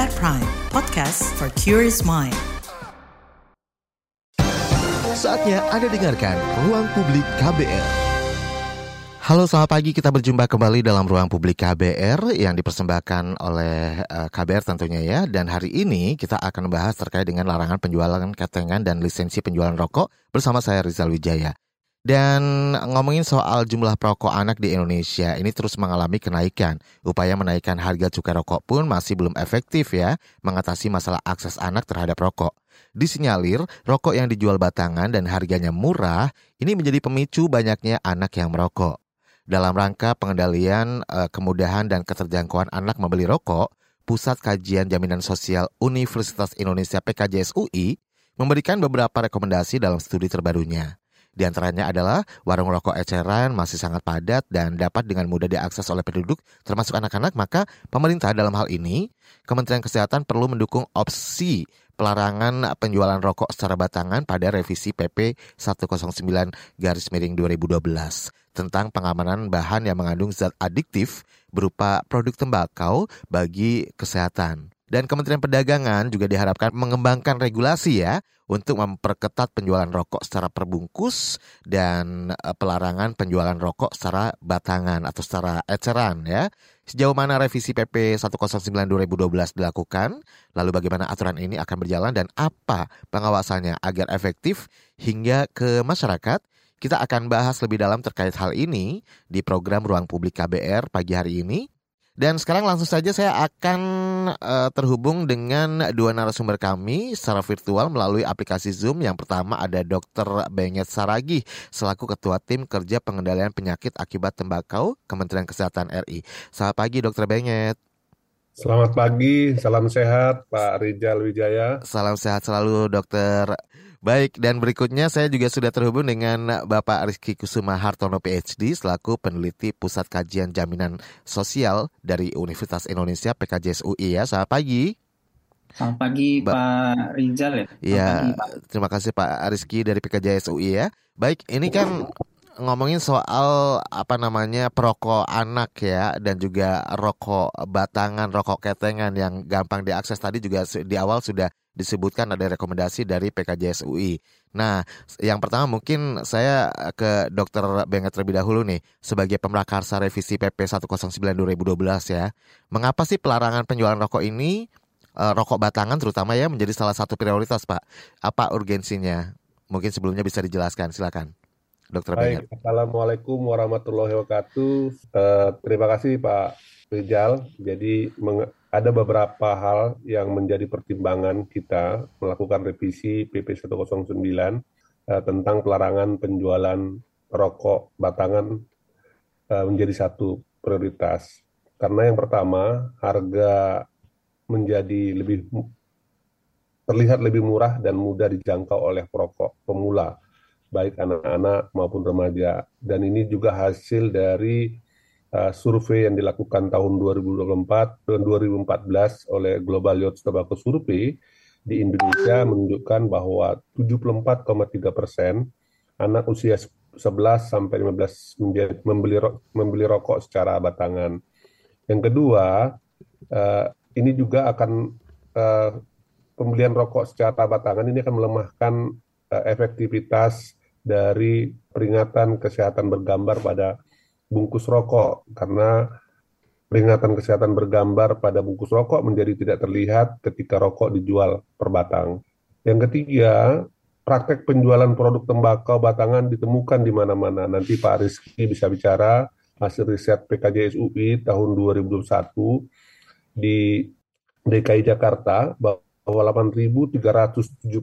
KBR Prime, podcast for curious mind. Saatnya Anda dengarkan Ruang Publik KBR. Halo, selamat pagi. Kita berjumpa kembali dalam Ruang Publik KBR yang dipersembahkan oleh KBR tentunya ya. Dan hari ini kita akan membahas terkait dengan larangan penjualan ketengan dan lisensi penjualan rokok bersama saya Rizal Wijaya. Dan ngomongin soal jumlah perokok anak di Indonesia, ini terus mengalami kenaikan. Upaya menaikkan harga cukai rokok pun masih belum efektif ya, mengatasi masalah akses anak terhadap rokok. Disinyalir, rokok yang dijual batangan dan harganya murah, ini menjadi pemicu banyaknya anak yang merokok. Dalam rangka pengendalian kemudahan dan keterjangkauan anak membeli rokok, Pusat Kajian Jaminan Sosial Universitas Indonesia PKJS UI memberikan beberapa rekomendasi dalam studi terbarunya. Di antaranya adalah warung rokok eceran masih sangat padat dan dapat dengan mudah diakses oleh penduduk termasuk anak-anak, maka pemerintah dalam hal ini, Kementerian Kesehatan perlu mendukung opsi pelarangan penjualan rokok secara batangan pada revisi PP 109/2012 tentang pengamanan bahan yang mengandung zat adiktif berupa produk tembakau bagi kesehatan. Dan Kementerian Perdagangan juga diharapkan mengembangkan regulasi ya untuk memperketat penjualan rokok secara perbungkus dan pelarangan penjualan rokok secara batangan atau secara eceran ya. Sejauh mana revisi PP 109/2012 dilakukan, lalu bagaimana aturan ini akan berjalan dan apa pengawasannya agar efektif hingga ke masyarakat? Kita akan bahas lebih dalam terkait hal ini di program Ruang Publik KBR pagi hari ini. Dan sekarang langsung saja saya akan terhubung dengan dua narasumber kami secara virtual melalui aplikasi Zoom. Yang pertama ada Dr. Benget Saragih selaku Ketua Tim Kerja Pengendalian Penyakit Akibat Tembakau Kementerian Kesehatan RI. Selamat pagi Dr. Benget. Selamat pagi, salam sehat Pak Rizal Wijaya. Salam sehat selalu Dokter. Baik, dan berikutnya saya juga sudah terhubung dengan Bapak Rizky Kusuma Hartono PhD selaku peneliti Pusat Kajian Jaminan Sosial dari Universitas Indonesia PKJS UI ya. Selamat pagi. Selamat pagi Pak Rizal ya. Iya, terima kasih Pak Rizky dari PKJS UI ya. Baik, ini kan ngomongin soal perokok anak ya dan juga rokok batangan, rokok ketengan yang gampang diakses. Tadi juga di awal sudah disebutkan ada rekomendasi dari PKJS UI. Nah, yang pertama mungkin saya ke Dr. Benget terlebih dahulu nih sebagai pemrakarsa revisi PP 109/2012 ya. Mengapa sih pelarangan penjualan rokok ini, rokok batangan terutama ya, menjadi salah satu prioritas Pak? Apa urgensinya? Mungkin sebelumnya bisa dijelaskan, silakan. Dr. Benget. Baik, Assalamualaikum warahmatullahi wabarakatuh. Terima kasih Pak Rizal. Jadi ada beberapa hal yang menjadi pertimbangan kita melakukan revisi PP 109 tentang pelarangan penjualan rokok batangan menjadi satu prioritas. Karena yang pertama, harga menjadi terlihat lebih murah dan mudah dijangkau oleh perokok pemula, baik anak-anak maupun remaja. Dan ini juga hasil dari survei yang dilakukan tahun 2024 dan 2014 oleh Global Youth Tobacco Survey di Indonesia menunjukkan bahwa 74,3% anak usia 11 sampai 15 membeli rokok secara batangan. Yang kedua, ini juga akan pembelian rokok secara batangan ini akan melemahkan efektivitas dari peringatan kesehatan bergambar pada bungkus rokok, karena peringatan kesehatan bergambar pada bungkus rokok menjadi tidak terlihat ketika rokok dijual per batang. Yang ketiga, praktek penjualan produk tembakau batangan ditemukan di mana-mana. Nanti Pak Rizky bisa bicara hasil riset PKJS UI tahun 2021 di DKI Jakarta bahwa 8.371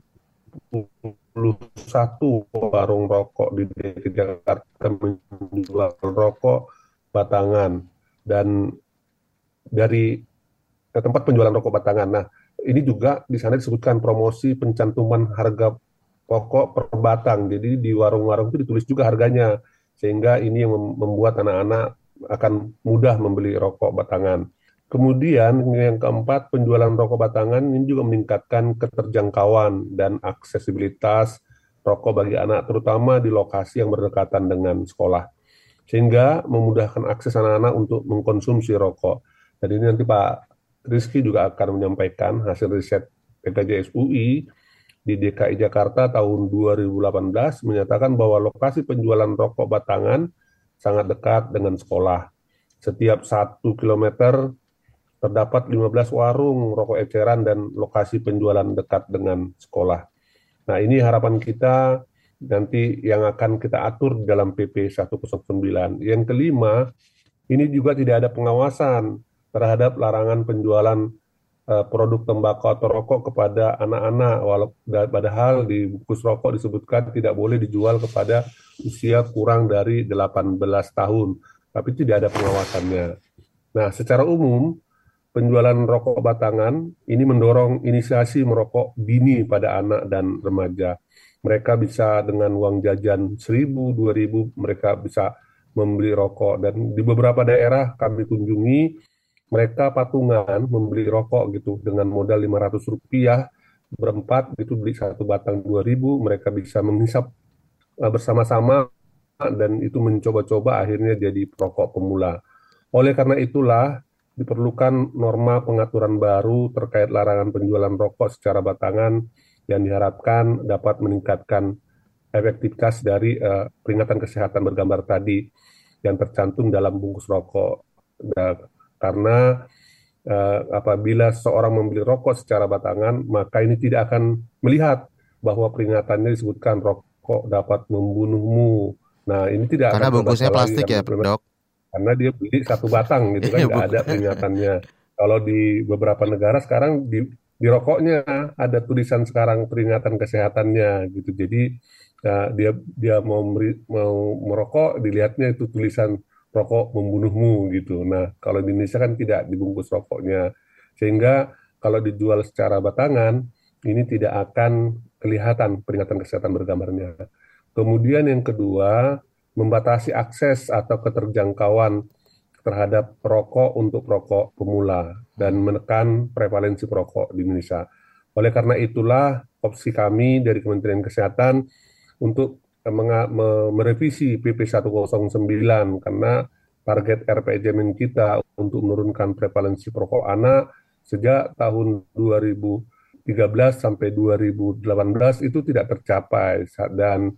warung rokok di DKI Jakarta menjual rokok batangan, dan dari tempat penjualan rokok batangan. Nah, ini juga di sana disebutkan promosi pencantuman harga pokok per batang. Jadi di warung-warung itu ditulis juga harganya, sehingga ini yang membuat anak-anak akan mudah membeli rokok batangan. Kemudian yang keempat, penjualan rokok batangan ini juga meningkatkan keterjangkauan dan aksesibilitas rokok bagi anak, terutama di lokasi yang berdekatan dengan sekolah, sehingga memudahkan akses anak-anak untuk mengkonsumsi rokok. Dan ini nanti Pak Rizky juga akan menyampaikan hasil riset PKJS UI di DKI Jakarta tahun 2018 menyatakan bahwa lokasi penjualan rokok batangan sangat dekat dengan sekolah. Setiap 1 kilometer terdapat 15 warung rokok eceran dan lokasi penjualan dekat dengan sekolah. Nah, ini harapan kita nanti yang akan kita atur dalam PP 109. Yang kelima, ini juga tidak ada pengawasan terhadap larangan penjualan produk tembakau atau rokok kepada anak-anak, padahal di bungkus rokok disebutkan tidak boleh dijual kepada usia kurang dari 18 tahun, tapi tidak ada pengawasannya. Nah, secara umum, penjualan rokok batangan ini mendorong inisiasi merokok dini pada anak dan remaja. Mereka bisa dengan uang jajan 1.000, 2.000, mereka bisa membeli rokok. Dan di beberapa daerah kami kunjungi, mereka patungan membeli rokok gitu dengan modal Rp500, berempat gitu beli satu batang 2.000, mereka bisa menghisap bersama-sama dan itu mencoba-coba akhirnya jadi perokok pemula. Oleh karena itulah diperlukan norma pengaturan baru terkait larangan penjualan rokok secara batangan yang diharapkan dapat meningkatkan efektivitas dari peringatan kesehatan bergambar tadi yang tercantum dalam bungkus rokok. Karena apabila seorang membeli rokok secara batangan, maka ini tidak akan melihat bahwa peringatannya disebutkan rokok dapat membunuhmu. Nah, ini tidak Karena akan bungkusnya terbaca plastik lagi ya, Dok? karena dia beli satu batang gitu kan, Iya, nggak ada peringatannya. Kalau di beberapa negara sekarang di rokoknya ada tulisan sekarang peringatan kesehatannya gitu. Jadi dia mau merokok, dilihatnya itu tulisan rokok membunuhmu gitu. Nah, kalau di Indonesia kan tidak dibungkus rokoknya. Sehingga kalau dijual secara batangan, ini tidak akan kelihatan peringatan kesehatan bergambarnya. Kemudian yang kedua, membatasi akses atau keterjangkauan terhadap rokok untuk perokok pemula dan menekan prevalensi perokok di Indonesia. Oleh karena itulah opsi kami dari Kementerian Kesehatan untuk merevisi PP 109 karena target RPJMN kita untuk menurunkan prevalensi perokok anak sejak tahun 2013 sampai 2018 itu tidak tercapai, dan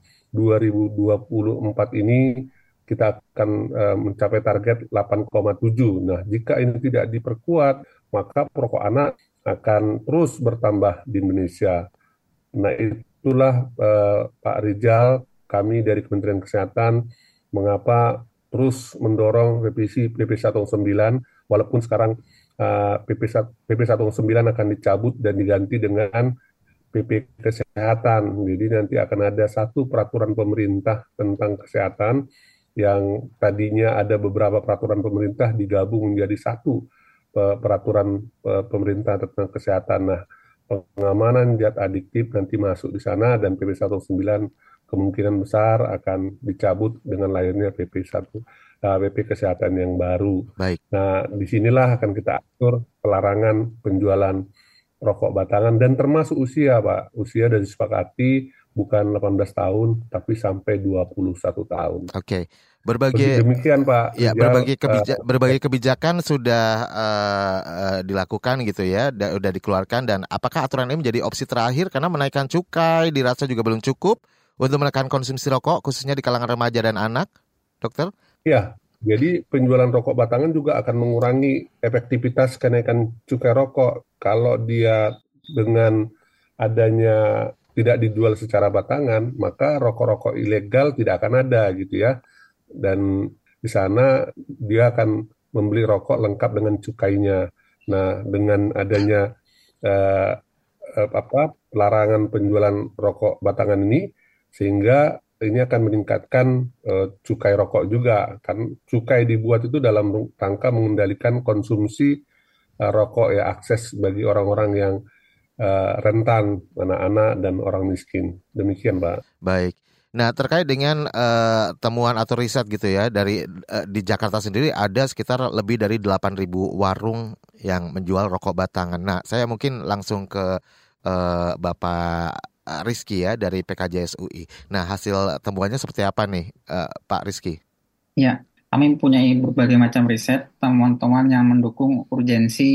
2024 ini kita akan mencapai target 8,7. Nah, jika ini tidak diperkuat, maka perokok anak akan terus bertambah di Indonesia. Nah, itulah Pak Rizal, kami dari Kementerian Kesehatan, mengapa terus mendorong revisi PP 109, walaupun sekarang PP 109 akan dicabut dan diganti dengan PP Kesehatan. Jadi nanti akan ada satu peraturan pemerintah tentang kesehatan yang tadinya ada beberapa peraturan pemerintah digabung menjadi satu peraturan pemerintah tentang kesehatan. Nah, pengamanan zat adiktif nanti masuk di sana dan PP 109 kemungkinan besar akan dicabut dengan lahirnya PP Kesehatan yang baru. Baik. Nah, disinilah akan kita atur pelarangan penjualan rokok batangan dan termasuk usia, Pak. Usia sudah disepakati bukan 18 tahun tapi sampai 21 tahun. Oke. Demikian Pak. Ya, berbagai kebijakan sudah dilakukan gitu ya, sudah dikeluarkan, dan apakah aturan ini menjadi opsi terakhir karena menaikkan cukai dirasa juga belum cukup untuk menekan konsumsi rokok khususnya di kalangan remaja dan anak, Dokter? Ya, jadi penjualan rokok batangan juga akan mengurangi efektivitas kenaikan cukai rokok. Kalau dia dengan adanya tidak dijual secara batangan, maka rokok-rokok ilegal tidak akan ada gitu ya. Dan di sana dia akan membeli rokok lengkap dengan cukainya. Nah, dengan adanya larangan penjualan rokok batangan ini, sehingga ini akan meningkatkan cukai rokok juga. Kan cukai dibuat itu dalam rangka mengendalikan konsumsi rokok ya, akses bagi orang-orang yang rentan, anak-anak dan orang miskin. Demikian, Pak. Baik. Nah, terkait dengan temuan atau riset gitu ya, di Jakarta sendiri ada sekitar lebih dari 8.000 warung yang menjual rokok batangan. Nah, saya mungkin langsung ke Bapak Rizky ya dari PKJS UI. Nah, hasil temuannya seperti apa nih, Pak Rizky? Ya, kami mempunyai berbagai macam riset, temuan-temuan yang mendukung urgensi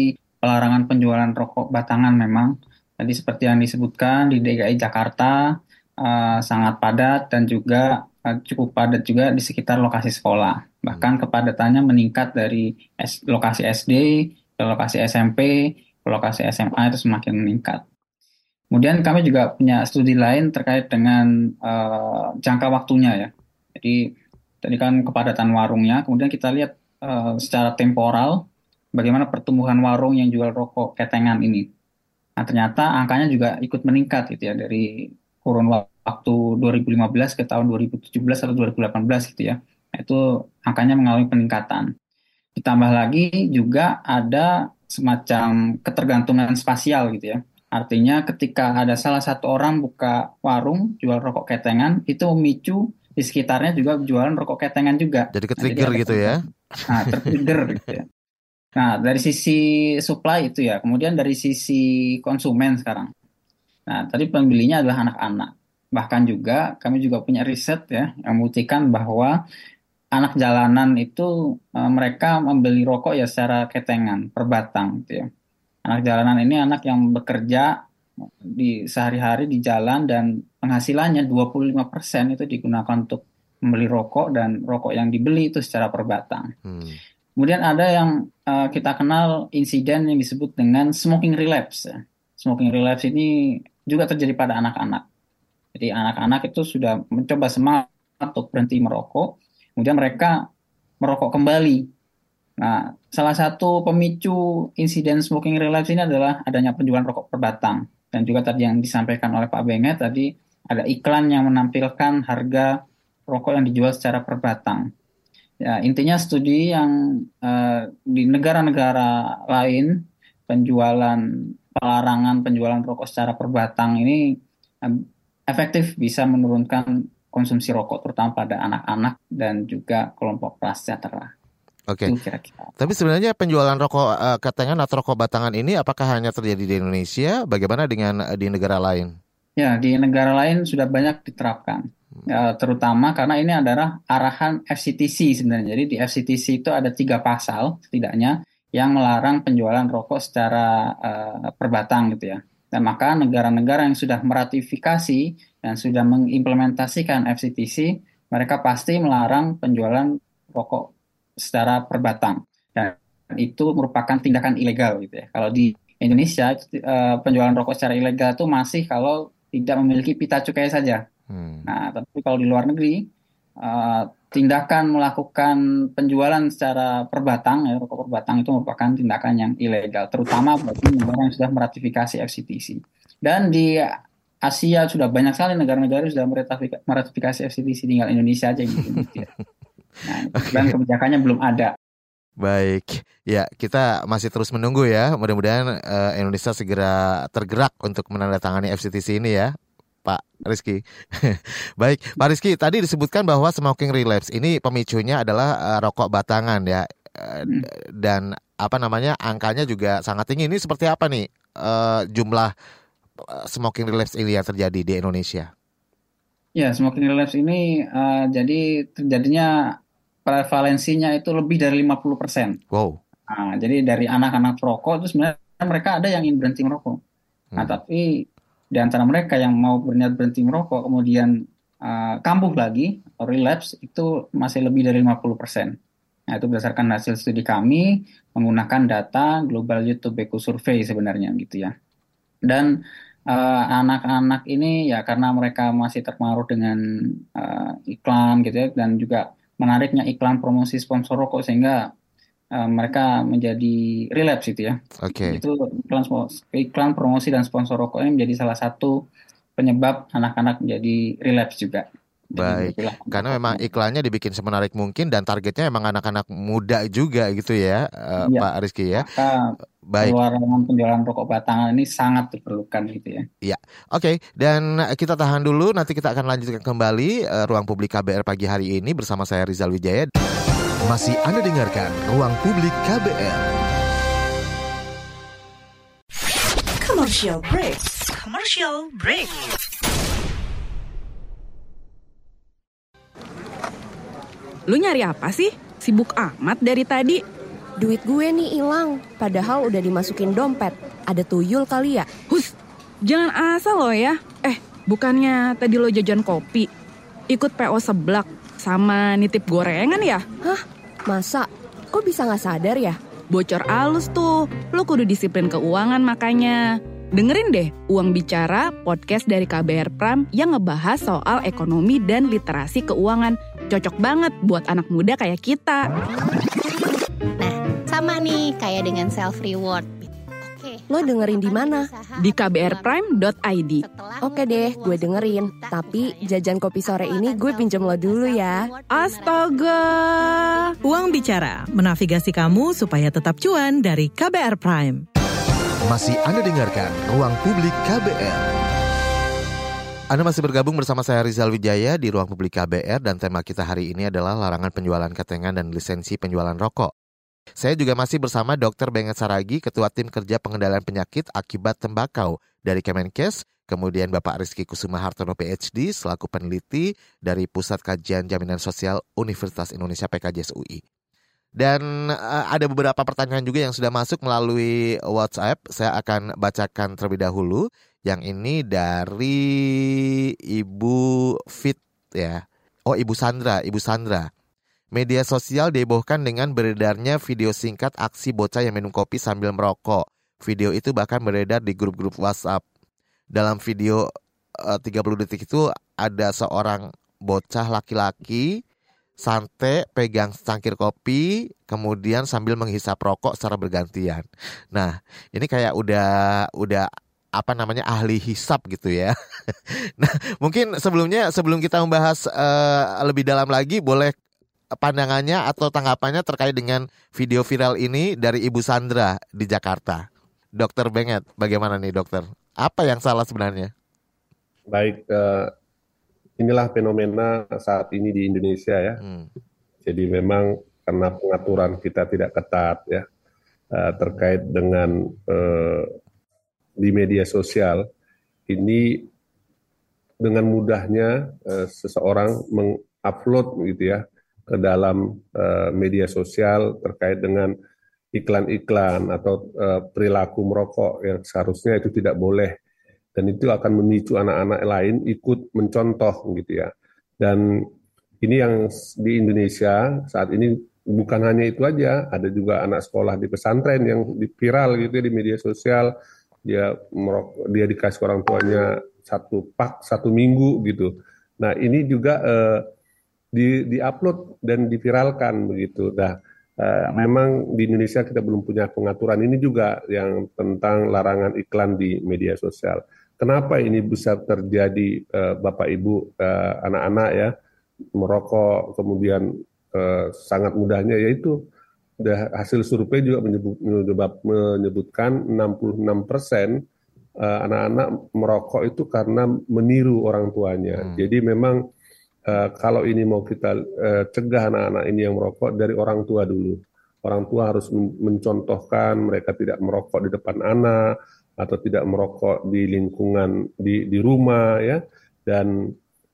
pelarangan penjualan rokok batangan memang. Tadi seperti yang disebutkan di DKI Jakarta sangat padat dan juga cukup padat juga di sekitar lokasi sekolah. Bahkan kepadatannya meningkat dari lokasi SD ke lokasi SMP, ke lokasi SMA itu semakin meningkat. Kemudian kami juga punya studi lain terkait dengan jangka waktunya ya. Jadi tadi kan kepadatan warungnya, kemudian kita lihat secara temporal bagaimana pertumbuhan warung yang jual rokok ketengan ini. Nah, ternyata angkanya juga ikut meningkat gitu ya dari kurun waktu 2015 ke tahun 2017 atau 2018 gitu ya. Nah, itu angkanya mengalami peningkatan. Ditambah lagi juga ada semacam ketergantungan spasial gitu ya. Artinya ketika ada salah satu orang buka warung jual rokok ketengan, itu memicu di sekitarnya juga jualan rokok ketengan juga. Jadi ke-trigger gitu ya. Nah, ter-trigger gitu ya. Nah, dari sisi supply itu ya, kemudian dari sisi konsumen sekarang. Nah, tadi pembelinya adalah anak-anak. Bahkan juga kami juga punya riset ya yang membuktikan bahwa anak jalanan itu mereka membeli rokok ya secara ketengan, per batang gitu ya. Anak jalanan ini anak yang bekerja di sehari-hari di jalan dan penghasilannya 25% itu digunakan untuk membeli rokok dan rokok yang dibeli itu secara per batang. Kemudian ada yang kita kenal insiden yang disebut dengan smoking relapse. Smoking relapse ini juga terjadi pada anak-anak. Jadi anak-anak itu sudah mencoba semangat untuk berhenti merokok, kemudian mereka merokok kembali. Nah, salah satu pemicu insiden smoking relapse ini adalah adanya penjualan rokok per batang. Dan juga tadi yang disampaikan oleh Pak Benget tadi, ada iklan yang menampilkan harga rokok yang dijual secara per batang. Ya, intinya studi yang di negara-negara lain pelarangan penjualan rokok secara per batang ini efektif bisa menurunkan konsumsi rokok terutama pada anak-anak dan juga kelompok prasejahtera. Oke. Tapi sebenarnya penjualan rokok ketengan atau rokok batangan ini apakah hanya terjadi di Indonesia? Bagaimana dengan di negara lain? Ya, di negara lain sudah banyak diterapkan. Terutama karena ini adalah arahan FCTC sebenarnya. Jadi di FCTC itu ada 3 pasal setidaknya yang melarang penjualan rokok secara per batang gitu ya. Dan maka negara-negara yang sudah meratifikasi dan sudah mengimplementasikan FCTC, mereka pasti melarang penjualan rokok secara per batang. Dan itu merupakan tindakan ilegal gitu ya. Kalau di Indonesia penjualan rokok secara ilegal itu masih kalau tidak memiliki pita cukai saja. Nah, tapi kalau di luar negeri tindakan melakukan penjualan secara per batang ya, rokok per batang itu merupakan tindakan yang ilegal, terutama bagi negara yang sudah meratifikasi FCTC. Dan di Asia sudah banyak sekali negara-negara yang sudah meratifikasi FCTC, tinggal Indonesia aja gitu. Nah, dan kebijakannya belum ada. Baik, ya kita masih terus menunggu ya. Mudah-mudahan Indonesia segera tergerak untuk menandatangani FCTC ini ya, Pak Rizky. Baik, Pak Rizky, tadi disebutkan bahwa smoking relapse ini pemicunya adalah rokok batangan ya, dan angkanya juga sangat tinggi. Ini seperti apa nih jumlah smoking relapse ini yang terjadi di Indonesia? Ya, smoking relapse ini jadi terjadinya prevalensinya itu lebih dari 50%. Wow. Nah, jadi dari anak-anak perokok itu sebenarnya mereka ada yang ingin berhenti merokok. Nah, tapi di antara mereka yang mau berniat berhenti merokok kemudian kambuh lagi atau relapse itu masih lebih dari 50%. Nah, itu berdasarkan hasil studi kami menggunakan data Global Youth Tobacco Survey sebenarnya gitu ya. Dan anak-anak ini ya karena mereka masih terpengaruh dengan iklan gitu ya, dan juga menariknya iklan promosi sponsor rokok sehingga mereka menjadi relapse gitu ya. Oke. Itu iklan promosi dan sponsor rokok ini menjadi salah satu penyebab anak-anak menjadi relapse juga. Baik, karena memang iklannya dibikin semenarik mungkin dan targetnya memang anak-anak muda juga gitu ya, ya. Pak Rizky ya. Maka baik. Pelarangan penjualan rokok batangan ini sangat diperlukan gitu ya. Iya, oke. Dan kita tahan dulu, nanti kita akan lanjutkan kembali Ruang Publik KBR pagi hari ini bersama saya Rizal Wijaya. Masih Anda dengarkan Ruang Publik KBR. Commercial break. Commercial break. Lu nyari apa sih? Sibuk amat dari tadi. duit gue nih hilang, padahal udah dimasukin dompet. Ada tuyul kali ya? Hus, jangan asal lo ya. Bukannya tadi lo jajan kopi, ikut PO seblak, sama nitip gorengan ya? Hah? Masa? Kok bisa gak sadar ya? Bocor alus tuh, lo kudu disiplin keuangan makanya. Dengerin deh Uang Bicara, podcast dari KBR Prime yang ngebahas soal ekonomi dan literasi keuangan. Cocok banget buat anak muda kayak kita. Nah, sama nih kayak dengan self reward. Oke. Lo dengerin di mana? Di kbrprime.id. Oke deh, gue dengerin. Tapi jajan kopi sore ini gue pinjem lo dulu ya. Astaga. Uang Bicara, menavigasi kamu supaya tetap cuan dari KBR Prime. Masih Anda dengarkan Ruang Publik KBR. Anda masih bergabung bersama saya Rizal Wijaya di Ruang Publik KBR dan tema kita hari ini adalah larangan penjualan ketengan dan lisensi penjualan rokok. Saya juga masih bersama Dr. Benget Saragi, Ketua Tim Kerja Pengendalian Penyakit Akibat Tembakau dari Kemenkes, kemudian Bapak Rizky Kusuma Hartono PhD selaku peneliti dari Pusat Kajian Jaminan Sosial Universitas Indonesia PKJS UI. Dan ada beberapa pertanyaan juga yang sudah masuk melalui WhatsApp. Saya akan bacakan terlebih dahulu. Yang ini dari Ibu Fit ya. Oh, Ibu Sandra. Media sosial dihebohkan dengan beredarnya video singkat aksi bocah yang minum kopi sambil merokok. Video itu bahkan beredar di grup-grup WhatsApp. Dalam video 30 detik itu ada seorang bocah laki-laki santai pegang secangkir kopi, kemudian sambil menghisap rokok secara bergantian. Nah, ini kayak udah ahli hisap gitu ya. Nah, mungkin sebelum kita membahas lebih dalam lagi, boleh pandangannya atau tanggapannya terkait dengan video viral ini dari Ibu Sandra di Jakarta. Dokter Benget, bagaimana nih dokter? Apa yang salah sebenarnya? Baik, inilah fenomena saat ini di Indonesia ya. Jadi memang karena pengaturan kita tidak ketat ya terkait dengan di media sosial ini dengan mudahnya seseorang mengupload gitu ya ke dalam media sosial terkait dengan iklan-iklan atau perilaku merokok yang seharusnya itu tidak boleh. Dan itu akan memicu anak-anak lain ikut mencontoh gitu ya. Dan ini yang di Indonesia saat ini bukan hanya itu aja, ada juga anak sekolah di pesantren yang viral gitu ya di media sosial, dia dikasih orang tuanya 1 pak 1 minggu gitu. Nah ini juga di-upload dan diviralkan begitu. Nah memang di Indonesia kita belum punya pengaturan ini juga yang tentang larangan iklan di media sosial. Kenapa ini bisa terjadi Bapak Ibu anak-anak ya merokok kemudian sangat mudahnya yaitu hasil survei juga menyebutkan 66% anak-anak merokok itu karena meniru orang tuanya. Jadi memang kalau ini mau kita cegah anak-anak ini yang merokok dari orang tua dulu. Orang tua harus mencontohkan mereka tidak merokok di depan anak atau tidak merokok di lingkungan di rumah ya dan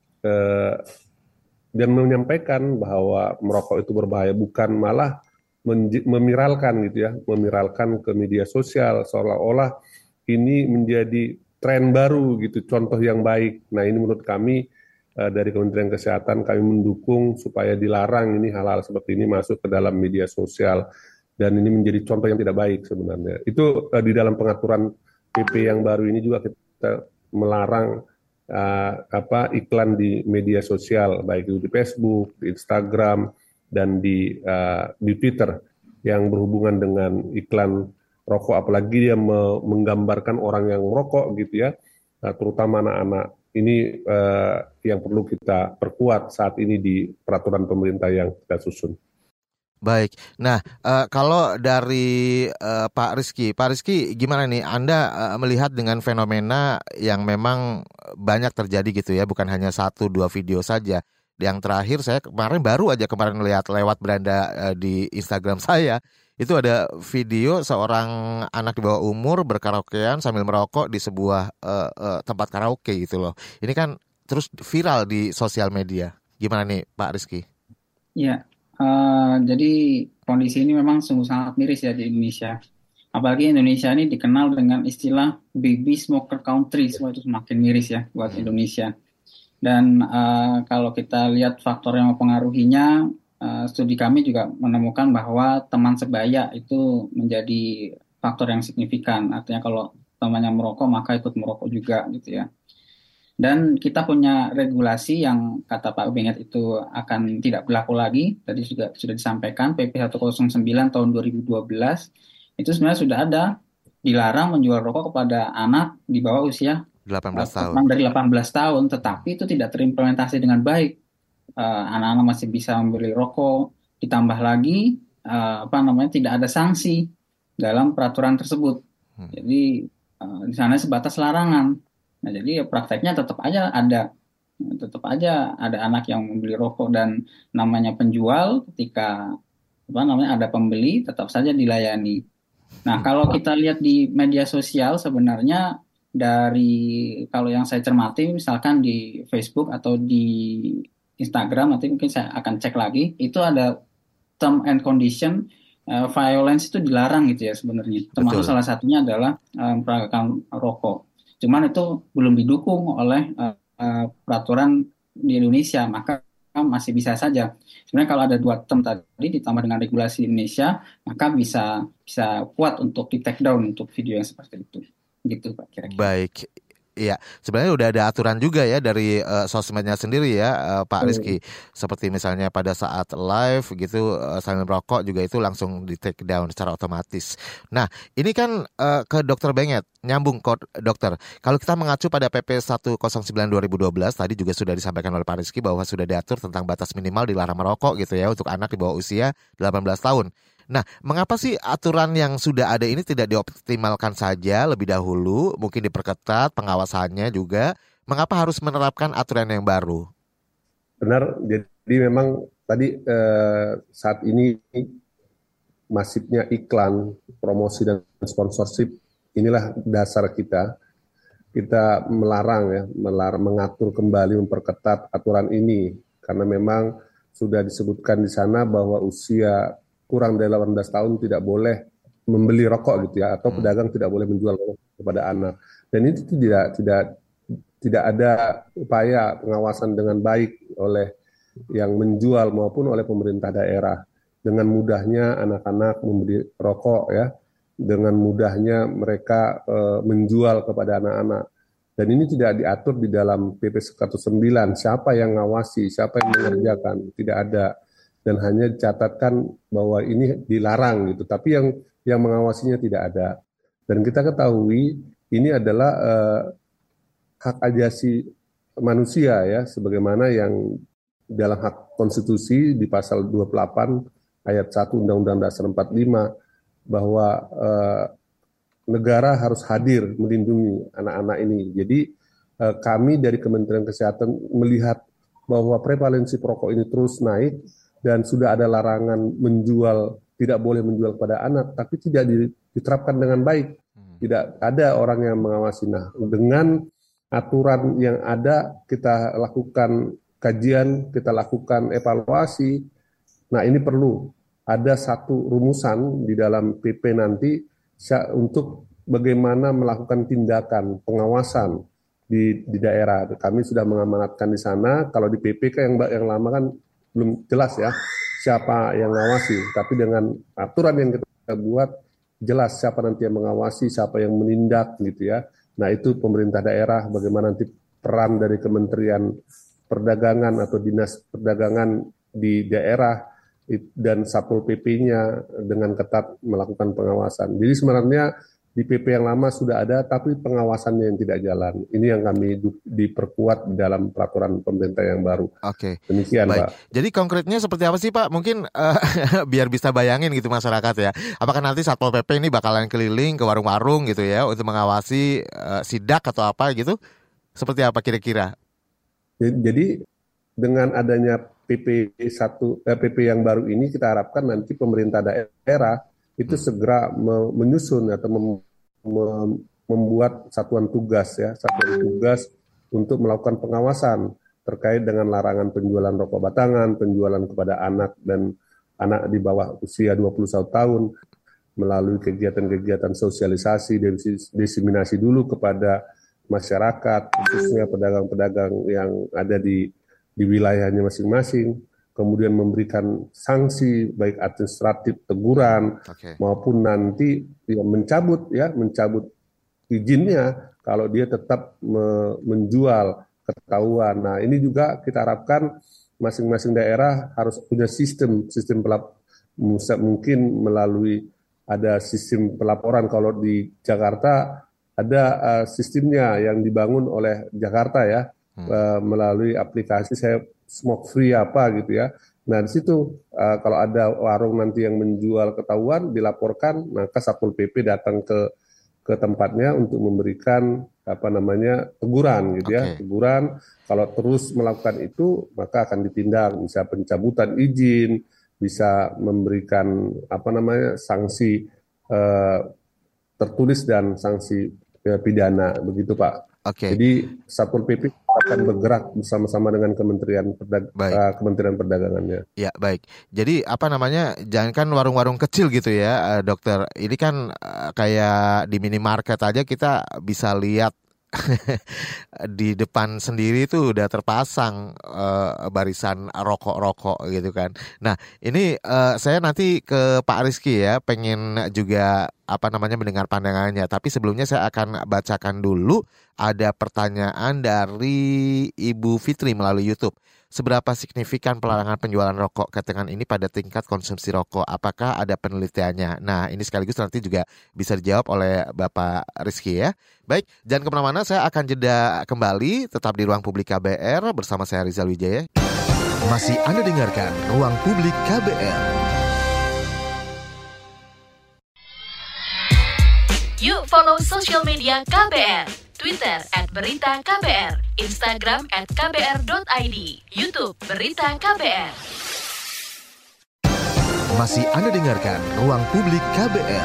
menyampaikan bahwa merokok itu berbahaya, bukan malah memiralkan gitu ya, memiralkan ke media sosial seolah-olah ini menjadi tren baru gitu, contoh yang baik. Nah ini menurut kami dari Kementerian Kesehatan kami mendukung supaya dilarang ini hal-hal seperti ini masuk ke dalam media sosial dan ini menjadi contoh yang tidak baik sebenarnya. Itu di dalam pengaturan PP yang baru ini juga kita melarang iklan di media sosial baik itu di Facebook, di Instagram dan di Twitter yang berhubungan dengan iklan rokok, apalagi dia menggambarkan orang yang merokok gitu ya, terutama anak-anak. Ini yang perlu kita perkuat saat ini di peraturan pemerintah yang kita susun. Baik, nah kalau dari Pak Rizky gimana nih Anda melihat dengan fenomena yang memang banyak terjadi gitu ya, bukan hanya 1-2 video saja. Yang terakhir saya baru aja kemarin lihat lewat beranda di Instagram saya, itu ada video seorang anak di bawah umur berkaraokean sambil merokok di sebuah tempat karaoke gitu loh. Ini kan terus viral di sosial media. Gimana nih Pak Rizky? Ya. Jadi kondisi ini memang sungguh sangat miris ya di Indonesia. Apalagi Indonesia ini dikenal dengan istilah baby smoker country, semua itu semakin miris ya buat Indonesia. Dan kalau kita lihat faktor yang mempengaruhinya, studi kami juga menemukan bahwa teman sebaya itu menjadi faktor yang signifikan. Artinya kalau temannya merokok maka ikut merokok juga gitu ya. Dan kita punya regulasi yang kata Pak Benget itu akan tidak berlaku lagi. Tadi juga sudah disampaikan PP 109 tahun 2012 itu sebenarnya sudah ada, dilarang menjual rokok kepada anak di bawah usia 18 tahun. Dari 18 tahun, tetapi itu tidak terimplementasi dengan baik. Anak-anak masih bisa membeli rokok, ditambah lagi tidak ada sanksi dalam peraturan tersebut. Jadi di sana sebatas larangan. Nah, jadi prakteknya tetap aja ada anak yang membeli rokok dan namanya penjual, ketika ada pembeli tetap saja dilayani. Nah, kalau kita lihat di media sosial sebenarnya kalau yang saya cermati misalkan di Facebook atau di Instagram, nanti mungkin saya akan cek lagi, itu ada term and condition violence itu dilarang gitu ya sebenarnya. Termasuk salah satunya adalah perdagangan rokok. Cuman itu belum didukung oleh peraturan di Indonesia, maka masih bisa saja. Sebenarnya kalau ada 2 term tadi ditambah dengan regulasi Indonesia, maka bisa kuat untuk di take down untuk video yang seperti itu. Gitu Pak kira-kira. Baik. Iya, sebenarnya udah ada aturan juga ya dari sosmednya sendiri ya, Pak Rizky. Seperti misalnya pada saat live gitu sambil merokok juga itu langsung di take down secara otomatis. Nah, ini kan ke Dokter Benget, nyambung ke Dokter. Kalau kita mengacu pada PP 109 2012 tadi juga sudah disampaikan oleh Pak Rizky bahwa sudah diatur tentang batas minimal dilarang merokok gitu ya untuk anak di bawah usia 18 tahun. Nah, mengapa sih aturan yang sudah ada ini tidak dioptimalkan saja lebih dahulu, mungkin diperketat pengawasannya juga? Mengapa harus menerapkan aturan yang baru? Benar, jadi memang tadi saat ini masifnya iklan, promosi dan sponsorship, inilah dasar kita. Kita melarang mengatur kembali, memperketat aturan ini karena memang sudah disebutkan di sana bahwa usia kurang dari 18 tahun tidak boleh membeli rokok gitu ya, atau pedagang tidak boleh menjual rokok kepada anak. Dan itu tidak ada upaya pengawasan dengan baik oleh yang menjual maupun oleh pemerintah daerah. Dengan mudahnya anak-anak membeli rokok ya, dengan mudahnya mereka menjual kepada anak-anak. Dan ini tidak diatur di dalam PP 109, siapa yang ngawasi, siapa yang mengerjakan, tidak ada. Dan hanya dicatatkan bahwa ini dilarang gitu, tapi yang mengawasinya tidak ada. Dan kita ketahui ini adalah hak ajasi manusia ya, sebagaimana yang dalam hak konstitusi di pasal 28 ayat 1 Undang-Undang Dasar 45 bahwa negara harus hadir melindungi anak-anak ini. Jadi kami dari Kementerian Kesehatan melihat bahwa prevalensi perokok ini terus naik, dan sudah ada larangan tidak boleh menjual kepada anak, tapi tidak diterapkan dengan baik. Tidak ada orang yang mengawasi. Nah, dengan aturan yang ada, kita lakukan kajian, kita lakukan evaluasi. Nah, ini perlu ada satu rumusan di dalam PP nanti untuk bagaimana melakukan tindakan pengawasan di daerah. Kami sudah mengamanatkan di sana. Kalau di PP kan yang lama kan belum jelas ya siapa yang mengawasi, tapi dengan aturan yang kita buat jelas siapa nanti yang mengawasi, siapa yang menindak gitu ya. Nah, itu pemerintah daerah, bagaimana nanti peran dari Kementerian Perdagangan atau Dinas Perdagangan di daerah dan Satpol PP-nya dengan ketat melakukan pengawasan. Jadi sebenarnya di PP yang lama sudah ada, tapi pengawasannya yang tidak jalan. Ini yang kami diperkuat dalam peraturan pemerintah yang baru. Oke. Demikian, baik. Pak. Jadi konkretnya seperti apa sih, Pak? Mungkin biar bisa bayangin gitu masyarakat ya. Apakah nanti Satpol PP ini bakalan keliling ke warung-warung gitu ya untuk mengawasi sidak atau apa gitu? Seperti apa kira-kira? Jadi dengan adanya PP yang baru ini, kita harapkan nanti pemerintah daerah itu segera menyusun atau membuat satuan tugas untuk melakukan pengawasan terkait dengan larangan penjualan rokok batangan, penjualan kepada anak dan anak di bawah usia 21 tahun melalui kegiatan-kegiatan sosialisasi dan diseminasi dulu kepada masyarakat, khususnya pedagang-pedagang yang ada di wilayahnya masing-masing, kemudian memberikan sanksi baik administratif teguran maupun nanti mencabut izinnya kalau dia tetap menjual ketahuan. Nah, ini juga kita harapkan masing-masing daerah harus punya sistem mungkin melalui ada sistem pelaporan. Kalau di Jakarta ada sistemnya yang dibangun oleh Jakarta ya, melalui aplikasi saya smoke free apa gitu ya. Nah, di situ kalau ada warung nanti yang menjual ketahuan dilaporkan, maka Satpol PP datang ke tempatnya untuk memberikan teguran gitu ya. Teguran, kalau terus melakukan itu maka akan ditindak, bisa pencabutan izin, bisa memberikan sanksi tertulis dan sanksi pidana, begitu Pak. Jadi Satpol PP akan bergerak bersama-sama dengan Kementerian Perdagangannya. Ya, baik. Jadi jangankan warung-warung kecil gitu ya, dokter. Ini kan kayak di minimarket aja kita bisa lihat di depan sendiri tuh udah terpasang barisan rokok-rokok gitu kan. Nah, ini saya nanti ke Pak Rizky ya, pengen juga mendengar pandangannya. Tapi sebelumnya saya akan bacakan dulu ada pertanyaan dari Ibu Fitri melalui YouTube. Seberapa signifikan pelarangan penjualan rokok ketengan ini pada tingkat konsumsi rokok? Apakah ada penelitiannya? Nah, ini sekaligus nanti juga bisa dijawab oleh Bapak Rizky ya. Baik, jangan kemana-mana, saya akan jeda kembali. Tetap di Ruang Publik KBR bersama saya Rizal Wijaya. Masih Anda dengarkan Ruang Publik KBR. Yuk follow sosial media KBR, Twitter @beritaKBR, Instagram @kbr.id, YouTube Berita KBR. Masih Anda dengarkan Ruang Publik KBR.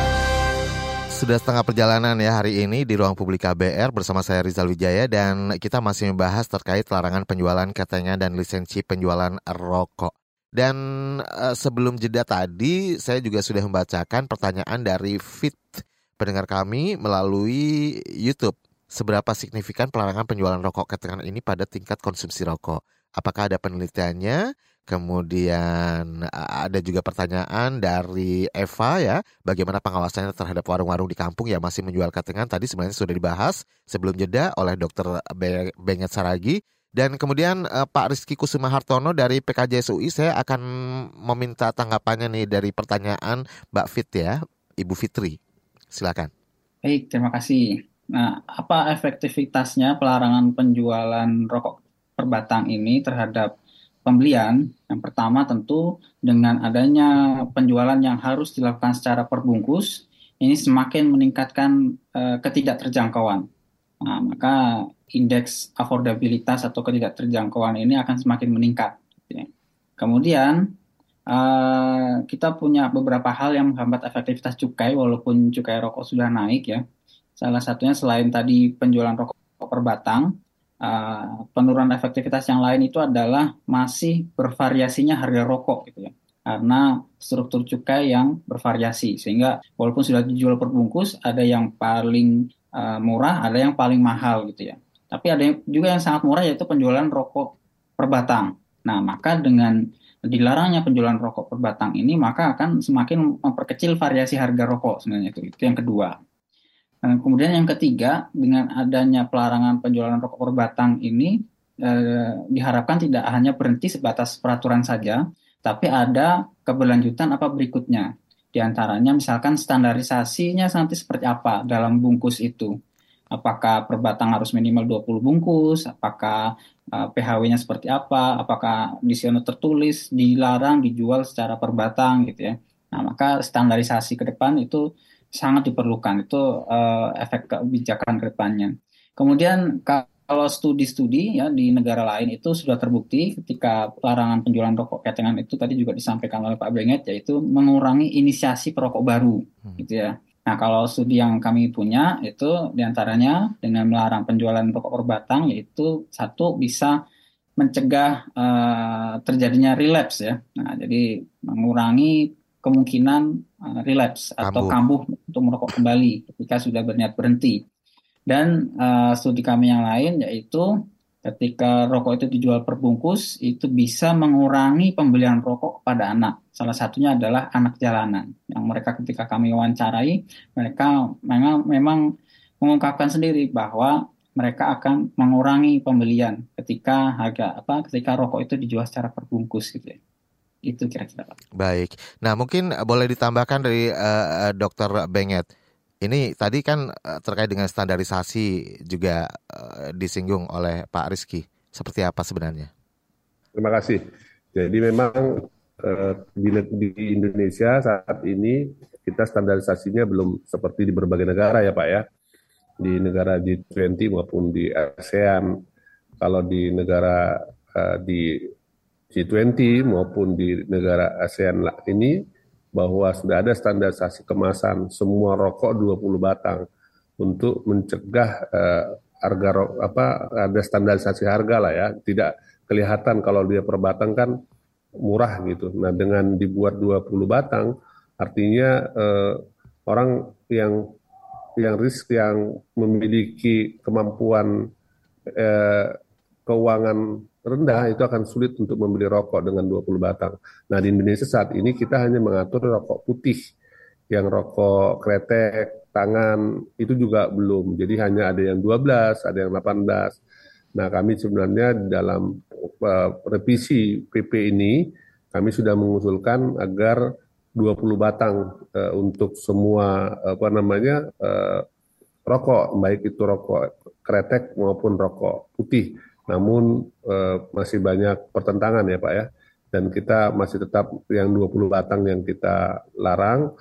Sudah setengah perjalanan ya hari ini di Ruang Publik KBR bersama saya Rizal Wijaya, dan kita masih membahas terkait larangan penjualan ketengan dan lisensi penjualan rokok. Dan sebelum jeda tadi saya juga sudah membacakan pertanyaan dari Fit pendengar kami melalui YouTube. Seberapa signifikan pelarangan penjualan rokok ketengan ini pada tingkat konsumsi rokok? Apakah ada penelitiannya? Kemudian ada juga pertanyaan dari Eva ya, bagaimana pengawasannya terhadap warung-warung di kampung yang masih menjual ketengan? Tadi sebenarnya sudah dibahas sebelum jeda oleh Dr. Benget Saragi. Dan kemudian Pak Rizky Kusuma Hartono dari PKJSUI, saya akan meminta tanggapannya nih dari pertanyaan Mbak Fit ya, Ibu Fitri. Silakan. Baik, terima kasih. Nah, apa efektivitasnya pelarangan penjualan rokok per batang ini terhadap pembelian? Yang pertama tentu dengan adanya penjualan yang harus dilakukan secara perbungkus, ini semakin meningkatkan ketidakterjangkauan. Nah, maka indeks affordabilitas atau ketidakterjangkauan ini akan semakin meningkat. Kemudian kita punya beberapa hal yang menghambat efektivitas cukai walaupun cukai rokok sudah naik ya. Salah satunya selain tadi penjualan rokok per batang, penurunan efektivitas yang lain itu adalah masih bervariasinya harga rokok gitu ya. Karena struktur cukai yang bervariasi sehingga walaupun sudah dijual per bungkus, ada yang paling murah, ada yang paling mahal gitu ya. Tapi ada juga yang sangat murah yaitu penjualan rokok per batang. Nah, maka dengan dilarangnya penjualan rokok per batang ini maka akan semakin memperkecil variasi harga rokok sebenarnya itu yang kedua. Kemudian yang ketiga, dengan adanya pelarangan penjualan rokok per batang ini diharapkan tidak hanya berhenti sebatas peraturan saja, tapi ada keberlanjutan apa berikutnya. Di antaranya misalkan standarisasinya nanti seperti apa dalam bungkus itu. Apakah per batang harus minimal 20 bungkus, apakah PHW-nya seperti apa, apakah di sana tertulis dilarang dijual secara per batang gitu ya. Nah, maka standarisasi ke depan itu sangat diperlukan, itu efek kebijakan ke depannya. Kemudian kalau studi-studi ya di negara lain itu sudah terbukti ketika larangan penjualan rokok ketengan itu tadi juga disampaikan oleh Pak Benget, yaitu mengurangi inisiasi perokok baru gitu ya. Nah, kalau studi yang kami punya itu diantaranya dengan melarang penjualan rokok per batang, yaitu satu bisa mencegah terjadinya relapse ya. Nah, jadi mengurangi kemungkinan relapse atau kambuh untuk merokok kembali ketika sudah berniat berhenti. Dan studi kami yang lain yaitu ketika rokok itu dijual per bungkus itu bisa mengurangi pembelian rokok kepada anak. Salah satunya adalah anak jalanan yang mereka ketika kami wawancarai mereka memang mengungkapkan sendiri bahwa mereka akan mengurangi pembelian ketika rokok itu dijual secara perbungkus gitu ya. Itu kira-kira. Baik. Nah, mungkin boleh ditambahkan dari Dr. Benget. Ini tadi kan terkait dengan standarisasi juga disinggung oleh Pak Rizky. Seperti apa sebenarnya? Terima kasih. Jadi memang di Indonesia saat ini kita standarisasinya belum seperti di berbagai negara ya Pak ya. Di negara G20 maupun di ASEAN, kalau di negara di G20 maupun di negara ASEAN ini bahwa sudah ada standarisasi kemasan semua rokok 20 batang untuk mencegah ada standarisasi harga lah ya, tidak kelihatan kalau dia per batang kan murah gitu. Nah dengan dibuat 20 batang artinya orang yang memiliki kemampuan keuangan rendah itu akan sulit untuk membeli rokok dengan 20 batang. Nah di Indonesia saat ini kita hanya mengatur rokok putih, yang rokok kretek, tangan itu juga belum. Jadi hanya ada yang 12, ada yang 18. Nah kami sebenarnya dalam revisi PP ini kami sudah mengusulkan agar 20 batang untuk semua rokok, baik itu rokok kretek maupun rokok putih. Namun masih banyak pertentangan ya Pak ya. Dan kita masih tetap yang 20 batang yang kita larang,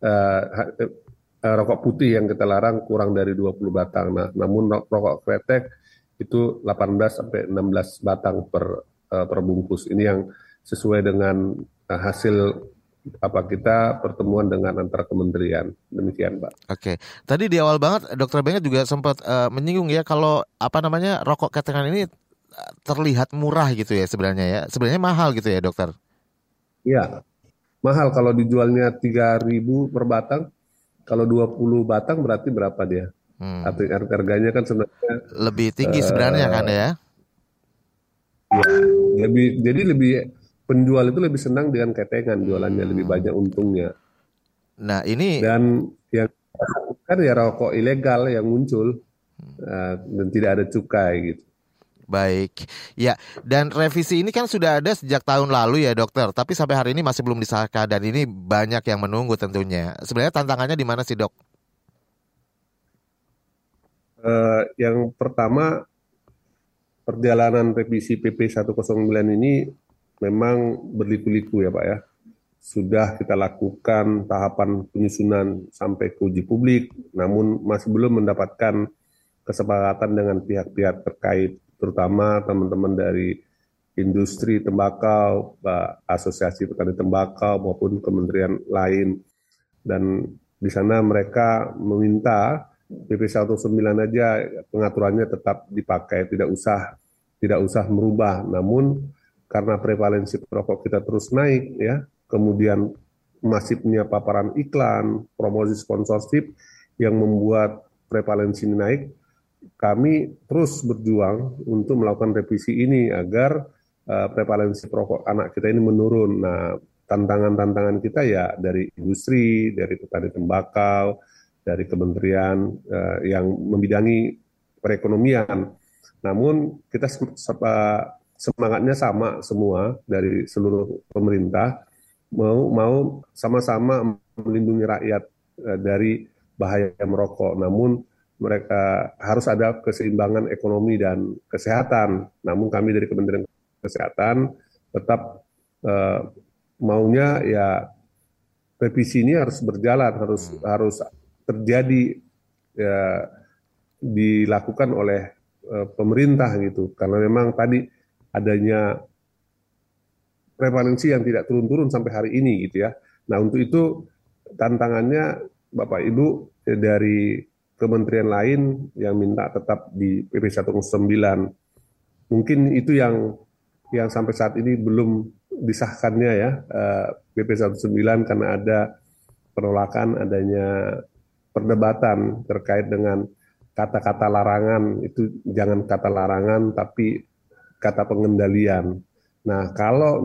rokok putih yang kita larang kurang dari 20 batang. Nah, namun rokok kretek itu 18 sampai 16 batang per bungkus. Ini yang sesuai dengan hasil kita pertemuan dengan antar kementerian. Demikian Pak. Oke. Tadi di awal banget Dr. Benget juga sempat menyinggung ya kalau rokok ketengan ini terlihat murah gitu ya sebenarnya ya. Sebenarnya mahal gitu ya Dokter. Iya. Mahal kalau dijualnya 3.000 per batang. Kalau 20 batang berarti berapa dia? Harganya kan sebenarnya lebih tinggi sebenarnya kan ya. Ya, lebih penjual itu lebih senang dengan ketengan, jualannya lebih banyak untungnya. Nah ini dan yang kan ya rokok ilegal yang muncul dan tidak ada cukai gitu. Baik, ya dan revisi ini kan sudah ada sejak tahun lalu ya Dokter, tapi sampai hari ini masih belum disahkan dan ini banyak yang menunggu tentunya. Sebenarnya tantangannya di mana sih Dok? Yang pertama perjalanan revisi PP 109 ini memang berliku-liku ya Pak ya. Sudah kita lakukan tahapan penyusunan sampai ke uji publik, namun masih belum mendapatkan kesepakatan dengan pihak-pihak terkait, terutama teman-teman dari industri tembakau, asosiasi petani tembakau maupun kementerian lain. Dan di sana mereka meminta PP 109 aja pengaturannya tetap dipakai, tidak usah merubah. Namun karena prevalensi perokok kita terus naik ya, kemudian masifnya paparan iklan, promosi sponsorship yang membuat prevalensi ini naik, kami terus berjuang untuk melakukan revisi ini agar prevalensi perokok anak kita ini menurun. Nah, tantangan-tantangan kita ya dari industri, dari petani tembakau, dari kementerian yang membidangi perekonomian. Namun kita semangatnya sama semua dari seluruh pemerintah, mau sama-sama melindungi rakyat dari bahaya merokok. Namun mereka harus ada keseimbangan ekonomi dan kesehatan. Namun kami dari Kementerian Kesehatan tetap maunya ya revisi ini harus berjalan, harus terjadi ya, dilakukan oleh pemerintah gitu. Karena memang tadi adanya prevalensi yang tidak turun-turun sampai hari ini gitu ya. Nah untuk itu tantangannya Bapak Ibu dari kementerian lain yang minta tetap di PP 109. Mungkin itu yang yang sampai saat ini belum disahkannya ya, PP 19 karena ada penolakan, adanya perdebatan terkait dengan kata-kata larangan. Itu jangan kata larangan tapi kata pengendalian. Nah, kalau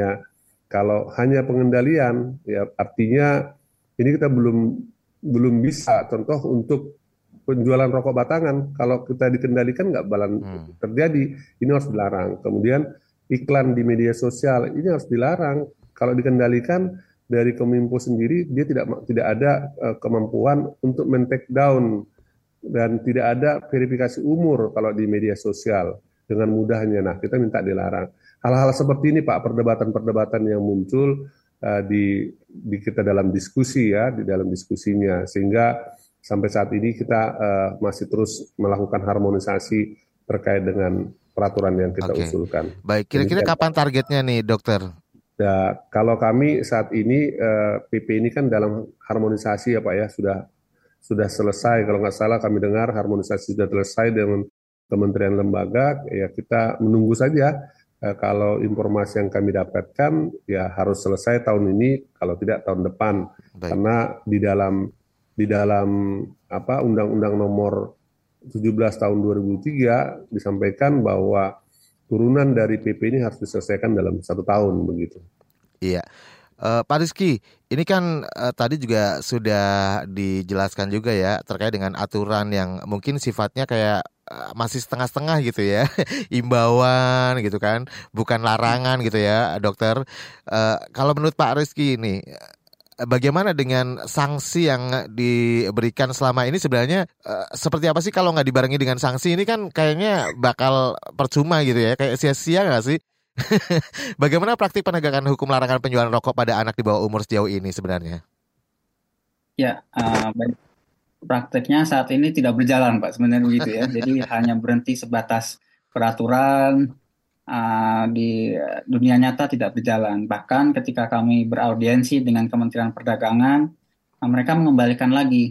hanya pengendalian, ya artinya ini kita belum bisa contoh untuk penjualan rokok batangan. Kalau kita dikendalikan nggak bakalan terjadi. Ini harus dilarang. Kemudian iklan di media sosial ini harus dilarang. Kalau dikendalikan dari Kominfo sendiri, dia tidak ada kemampuan untuk men-take down dan tidak ada verifikasi umur kalau di media sosial dengan mudahnya. Nah, kita minta dilarang. Hal-hal seperti ini, Pak, perdebatan-perdebatan yang muncul di kita dalam diskusi ya, di dalam diskusinya, sehingga sampai saat ini kita masih terus melakukan harmonisasi terkait dengan peraturan yang kita usulkan. Baik, kira-kira kapan targetnya nih, Dokter? Ya, kalau kami saat ini PP ini kan dalam harmonisasi ya Pak ya, sudah selesai. Kalau nggak salah kami dengar harmonisasi sudah selesai dengan kementerian lembaga. Ya kita menunggu saja. Kalau informasi yang kami dapatkan ya harus selesai tahun ini, kalau tidak tahun depan. Baik. Karena di dalam Undang-Undang Nomor 17 tahun 2003 disampaikan bahwa turunan dari PP ini harus diselesaikan dalam 1 tahun begitu. Iya. Pak Rizky, ini kan tadi juga sudah dijelaskan juga ya terkait dengan aturan yang mungkin sifatnya kayak masih setengah-setengah gitu ya, imbauan gitu kan, bukan larangan gitu ya, Dokter. Kalau menurut Pak Rizky ini, bagaimana dengan sanksi yang diberikan selama ini sebenarnya seperti apa sih? Kalau nggak dibarengi dengan sanksi ini kan kayaknya bakal percuma gitu ya, kayak sia-sia nggak sih? Bagaimana praktik penegakan hukum larangan penjualan rokok pada anak di bawah umur sejauh ini sebenarnya? Ya, prakteknya saat ini tidak berjalan, Pak, sebenarnya begitu ya. Jadi hanya berhenti sebatas peraturan, di dunia nyata tidak berjalan. Bahkan ketika kami beraudiensi dengan Kementerian Perdagangan, mereka mengembalikan lagi.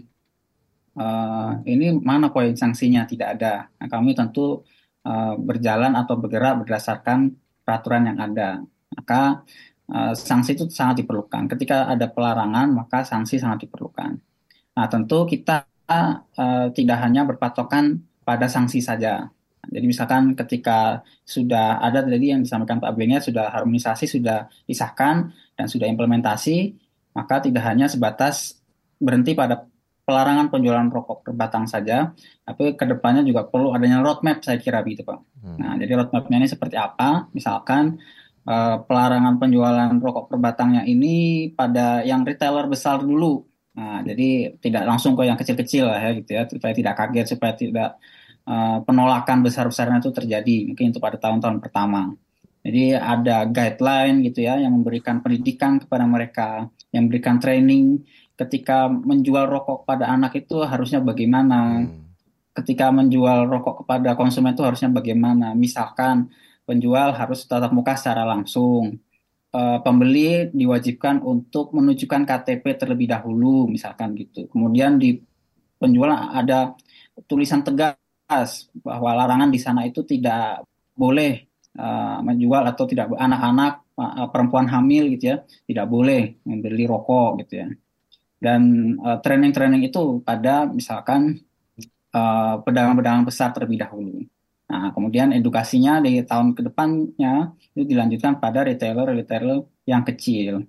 Ini mana poin sanksinya? Tidak ada. Nah, kami tentu berjalan atau bergerak berdasarkan peraturan yang ada. Maka sanksi itu sangat diperlukan. Ketika ada pelarangan, maka sanksi sangat diperlukan. Nah, tentu kita tidak hanya berpatokan pada sanksi saja. Jadi misalkan ketika sudah ada tadi yang disampaikan Pak Benya, sudah harmonisasi, sudah disahkan, dan sudah implementasi, maka tidak hanya sebatas berhenti pada pelarangan penjualan rokok berbatang saja, tapi kedepannya juga perlu adanya roadmap, saya kira begitu Pak. Nah, jadi roadmapnya ini seperti apa? Misalkan pelarangan penjualan rokok berbatangnya ini pada yang retailer besar dulu. Nah, jadi tidak langsung ke yang kecil-kecil lah ya gitu ya, supaya tidak kaget, supaya tidak penolakan besar-besarnya itu terjadi mungkin itu pada tahun-tahun pertama. Jadi ada guideline gitu ya yang memberikan pendidikan kepada mereka, yang memberikan training ketika menjual rokok pada anak itu harusnya bagaimana, ketika menjual rokok kepada konsumen itu harusnya bagaimana. Misalkan penjual harus tatap muka secara langsung, pembeli diwajibkan untuk menunjukkan KTP terlebih dahulu misalkan gitu. Kemudian di penjual ada tulisan tegas bahwa larangan di sana itu tidak boleh menjual atau tidak anak-anak, perempuan hamil gitu ya, tidak boleh membeli rokok gitu ya. Dan training-training itu pada misalkan pedagang-pedagang besar terlebih dahulu. Nah, kemudian edukasinya di tahun ke depannya itu dilanjutkan pada retailer-retailer yang kecil.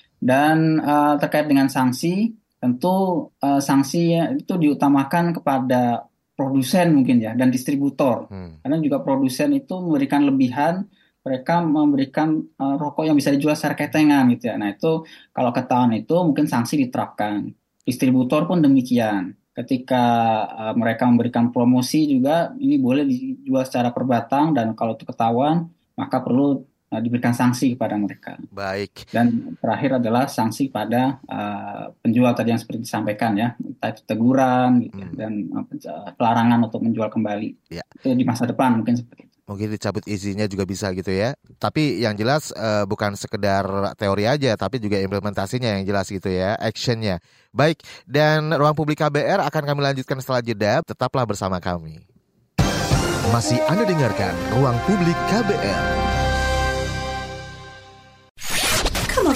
Dan terkait dengan sanksi, tentu sanksi itu diutamakan kepada produsen mungkin ya, dan distributor. Karena juga produsen itu memberikan lebihan, mereka memberikan rokok yang bisa dijual secara ketengan gitu ya. Nah itu kalau ketahuan itu mungkin sanksi diterapkan. Distributor pun demikian. Ketika mereka memberikan promosi juga, ini boleh dijual secara per batang, dan kalau itu ketahuan, maka perlu diberikan sanksi kepada mereka. Baik. Dan terakhir adalah sanksi pada penjual tadi yang seperti disampaikan ya, entah itu teguran gitu, dan pelarangan untuk menjual kembali. Ya. Itu di masa depan mungkin seperti itu. Mungkin dicabut izinnya juga bisa gitu ya. Tapi yang jelas bukan sekedar teori aja, tapi juga implementasinya yang jelas gitu ya, actionnya. Baik, dan Ruang Publik KBR akan kami lanjutkan setelah jeda. Tetaplah bersama kami. Masih Anda dengarkan Ruang Publik KBR.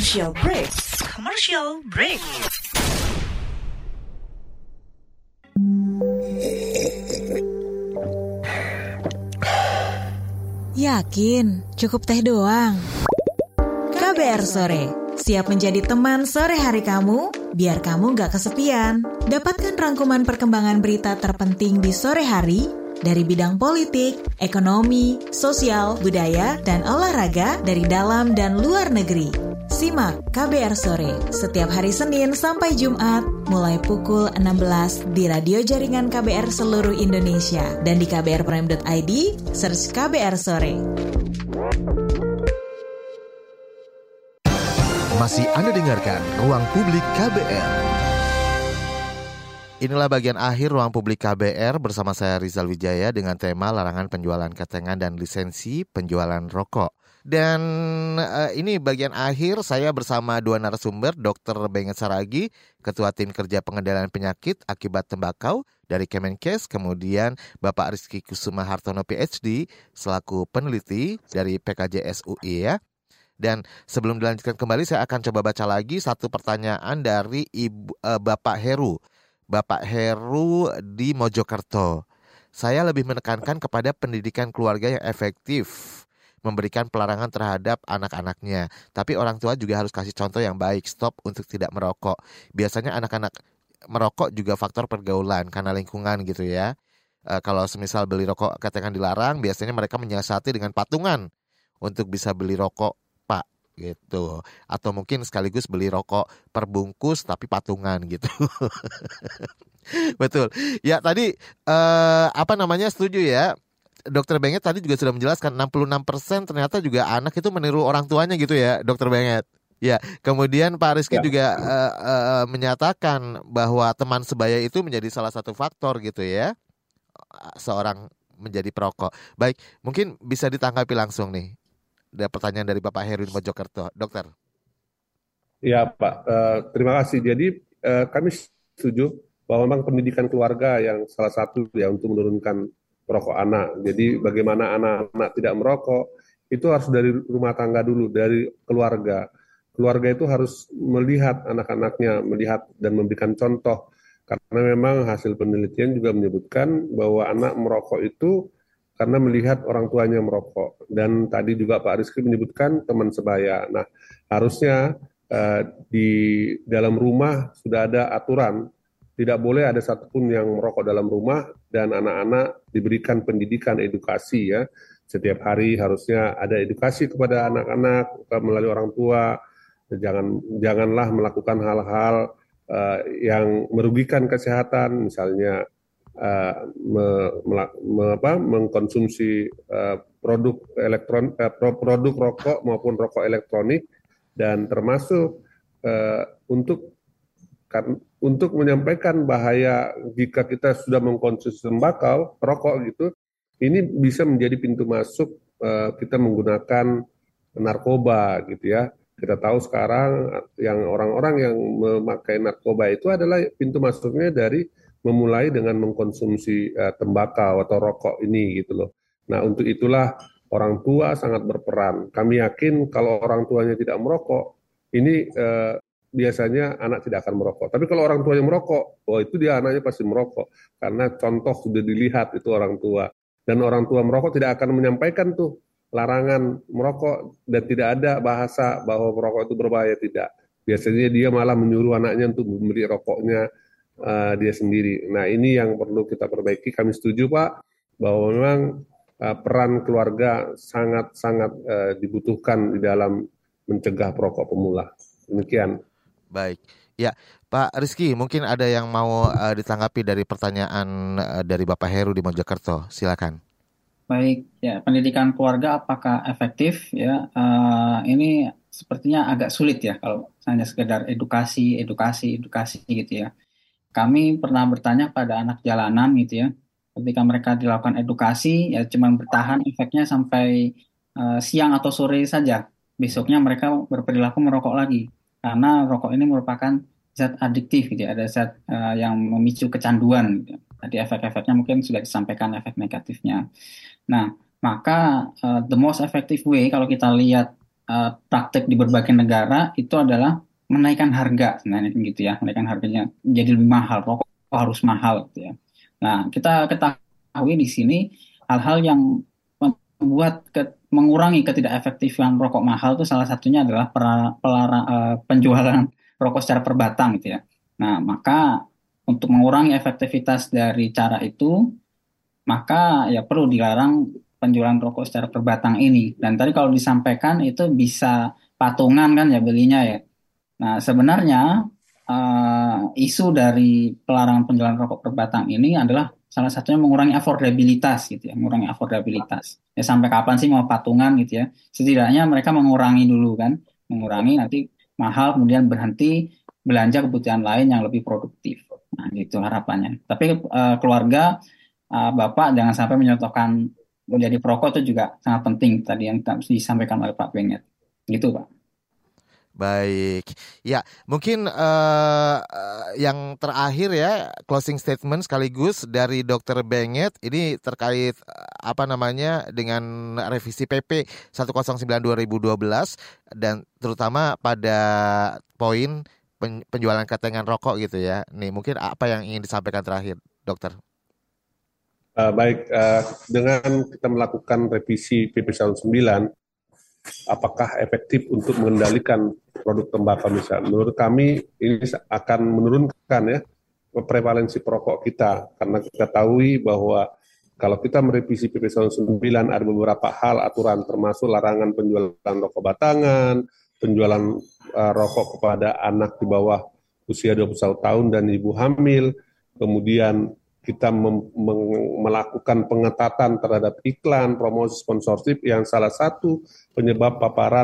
Commercial break. Commercial break. Yakin, cukup teh doang. KBR Sore, siap menjadi teman sore hari kamu, biar kamu gak kesepian. Dapatkan rangkuman perkembangan berita terpenting di sore hari, dari bidang politik, ekonomi, sosial, budaya, dan olahraga dari dalam dan luar negeri. Simak KBR Sore setiap hari Senin sampai Jumat mulai pukul 16 di radio jaringan KBR seluruh Indonesia dan di kbrprime.id, search KBR Sore. Masih Anda dengarkan Ruang Publik KBR. Inilah bagian akhir Ruang Publik KBR bersama saya Rizal Wijaya dengan tema larangan penjualan ketengan dan lisensi penjualan rokok. Dan ini bagian akhir saya bersama dua narasumber, Dr. Benget Saragi, Ketua Tim Kerja Pengendalian Penyakit Akibat Tembakau dari Kemenkes, kemudian Bapak Rizky Kusuma Hartono PhD selaku peneliti dari PKJS UI ya. Dan sebelum dilanjutkan kembali saya akan coba baca lagi satu pertanyaan dari Bapak Heru. Bapak Heru di Mojokerto. Saya lebih menekankan kepada pendidikan keluarga yang efektif, memberikan pelarangan terhadap anak-anaknya. Tapi orang tua juga harus kasih contoh yang baik, stop untuk tidak merokok. Biasanya anak-anak merokok juga faktor pergaulan karena lingkungan gitu ya. Kalau semisal beli rokok ketengan dilarang, biasanya mereka menyiasati dengan patungan untuk bisa beli rokok Pak gitu, atau mungkin sekaligus beli rokok perbungkus tapi patungan gitu. Betul ya, tadi setuju ya, Dokter Benget tadi juga sudah menjelaskan 66% ternyata juga anak itu meniru orang tuanya gitu ya, Dokter Benget. Ya, kemudian Pak Rizky juga menyatakan bahwa teman sebaya itu menjadi salah satu faktor gitu ya, seorang menjadi perokok. Baik, mungkin bisa ditanggapi langsung nih. Ada pertanyaan dari Bapak Heru di Mojokerto, Dokter. Ya Pak, terima kasih. Jadi kami setuju bahwa memang pendidikan keluarga yang salah satu ya untuk menurunkan perokok anak. Jadi bagaimana anak-anak tidak merokok, itu harus dari rumah tangga dulu, dari keluarga. Keluarga itu harus melihat anak-anaknya, melihat dan memberikan contoh. Karena memang hasil penelitian juga menyebutkan bahwa anak merokok itu karena melihat orang tuanya merokok. Dan tadi juga Pak Rizky menyebutkan teman sebaya. Nah, harusnya di dalam rumah sudah ada aturan, tidak boleh ada satupun yang merokok dalam rumah, dan anak-anak diberikan pendidikan edukasi ya. Setiap hari harusnya ada edukasi kepada anak-anak melalui orang tua. Janganlah melakukan hal-hal yang merugikan kesehatan, misalnya mengkonsumsi produk rokok maupun rokok elektronik, dan termasuk untuk menyampaikan bahaya jika kita sudah mengkonsumsi tembakau, rokok gitu, ini bisa menjadi pintu masuk kita menggunakan narkoba gitu ya. Kita tahu sekarang yang orang-orang yang memakai narkoba itu adalah pintu masuknya dari memulai dengan mengkonsumsi tembakau atau rokok ini gitu loh. Nah, untuk itulah orang tua sangat berperan. Kami yakin kalau orang tuanya tidak merokok, ini biasanya anak tidak akan merokok. Tapi kalau orang tuanya merokok, itu dia anaknya pasti merokok. Karena contoh sudah dilihat itu orang tua. Dan orang tua merokok tidak akan menyampaikan tuh larangan merokok, dan tidak ada bahasa bahwa merokok itu berbahaya, tidak. Biasanya dia malah menyuruh anaknya untuk membeli rokoknya dia sendiri. Nah, ini yang perlu kita perbaiki. Kami setuju Pak bahwa memang peran keluarga sangat-sangat dibutuhkan di dalam mencegah perokok pemula. Demikian. Baik, ya Pak Rizky, mungkin ada yang mau ditanggapi dari pertanyaan dari Bapak Heru di Mojokerto. Silakan. Baik, ya, pendidikan keluarga apakah efektif ya? Ini sepertinya agak sulit ya kalau hanya sekedar edukasi gitu ya. Kami pernah bertanya pada anak jalanan gitu ya, ketika mereka dilakukan edukasi ya cuma bertahan efeknya sampai siang atau sore saja. Besoknya mereka berperilaku merokok lagi, karena rokok ini merupakan zat adiktif gitu ya, ada zat yang memicu kecanduan gitu. Tadi efek-efeknya mungkin sudah disampaikan, efek negatifnya. Nah, maka the most effective way kalau kita lihat praktek di berbagai negara itu adalah menaikkan harga sebenarnya gitu ya, menaikkan harganya jadi lebih mahal, rokok harus mahal gitu ya. Nah, kita ketahui di sini hal-hal yang membuat mengurangi ketidakefektifan rokok mahal itu salah satunya adalah penjualan rokok secara perbatang gitu ya. Nah, maka untuk mengurangi efektivitas dari cara itu, maka ya perlu dilarang penjualan rokok secara perbatang ini. Dan tadi kalau disampaikan itu bisa patungan kan ya belinya ya. Nah, sebenarnya isu dari pelarangan penjualan rokok perbatang ini adalah salah satunya mengurangi affordabilitas gitu ya, mengurangi affordabilitas. Ya sampai kapan sih mau patungan gitu ya? Setidaknya mereka mengurangi dulu kan, mengurangi nanti mahal kemudian berhenti belanja kebutuhan lain yang lebih produktif. Nah, gitu harapannya. Tapi keluarga Bapak jangan sampai menyontohkan menjadi perokok itu juga sangat penting tadi yang disampaikan oleh Pak Benget. Gitu, Pak. Baik, ya mungkin yang terakhir ya closing statement sekaligus dari Dr. Benget ini terkait dengan revisi PP 109 2012 dan terutama pada poin penjualan ketengan rokok gitu ya. Nih mungkin apa yang ingin disampaikan terakhir, Dokter? Dengan kita melakukan revisi PP 109, apakah efektif untuk mengendalikan produk tembakau misalnya? Menurut kami ini akan menurunkan ya prevalensi perokok kita, karena kita tahu bahwa kalau kita merevisi PP 109 ada beberapa hal aturan termasuk larangan penjualan rokok batangan, penjualan rokok kepada anak di bawah usia 21 tahun dan ibu hamil, kemudian kita melakukan pengetatan terhadap iklan, promosi, sponsorship yang salah satu penyebab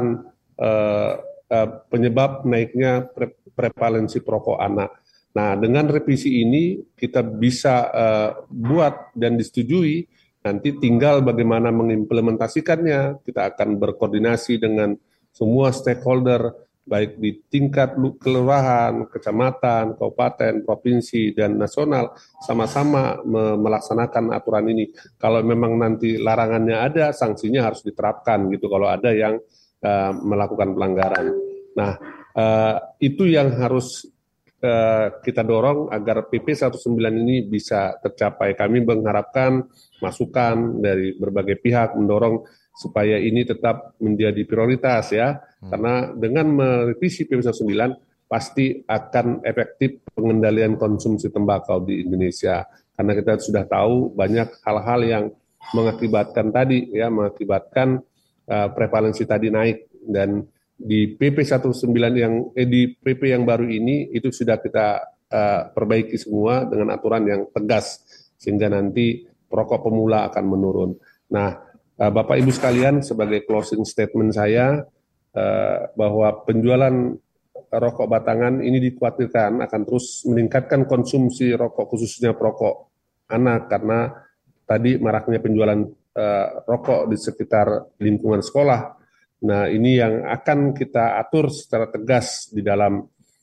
penyebab naiknya prevalensi perokok anak. Nah, dengan revisi ini kita bisa buat dan disetujui, nanti tinggal bagaimana mengimplementasikannya. Kita akan berkoordinasi dengan semua stakeholder, baik di tingkat kelurahan, kecamatan, kabupaten, provinsi, dan nasional, sama-sama melaksanakan aturan ini. Kalau memang nanti larangannya ada, sanksinya harus diterapkan gitu kalau ada yang melakukan pelanggaran. Nah, itu yang harus kita dorong agar PP 109 ini bisa tercapai. Kami mengharapkan masukan dari berbagai pihak mendorong supaya ini tetap menjadi prioritas ya. Karena dengan merevisi PP 109 pasti akan efektif pengendalian konsumsi tembakau di Indonesia. Karena kita sudah tahu banyak hal-hal yang mengakibatkan prevalensi tadi naik, dan di PP 19 di PP yang baru ini itu sudah kita perbaiki semua dengan aturan yang tegas sehingga nanti perokok pemula akan menurun. Nah, Bapak Ibu sekalian, sebagai closing statement saya bahwa penjualan rokok batangan ini dikhawatirkan akan terus meningkatkan konsumsi rokok khususnya perokok anak karena tadi maraknya penjualan rokok di sekitar lingkungan sekolah. Nah, ini yang akan kita atur secara tegas di dalam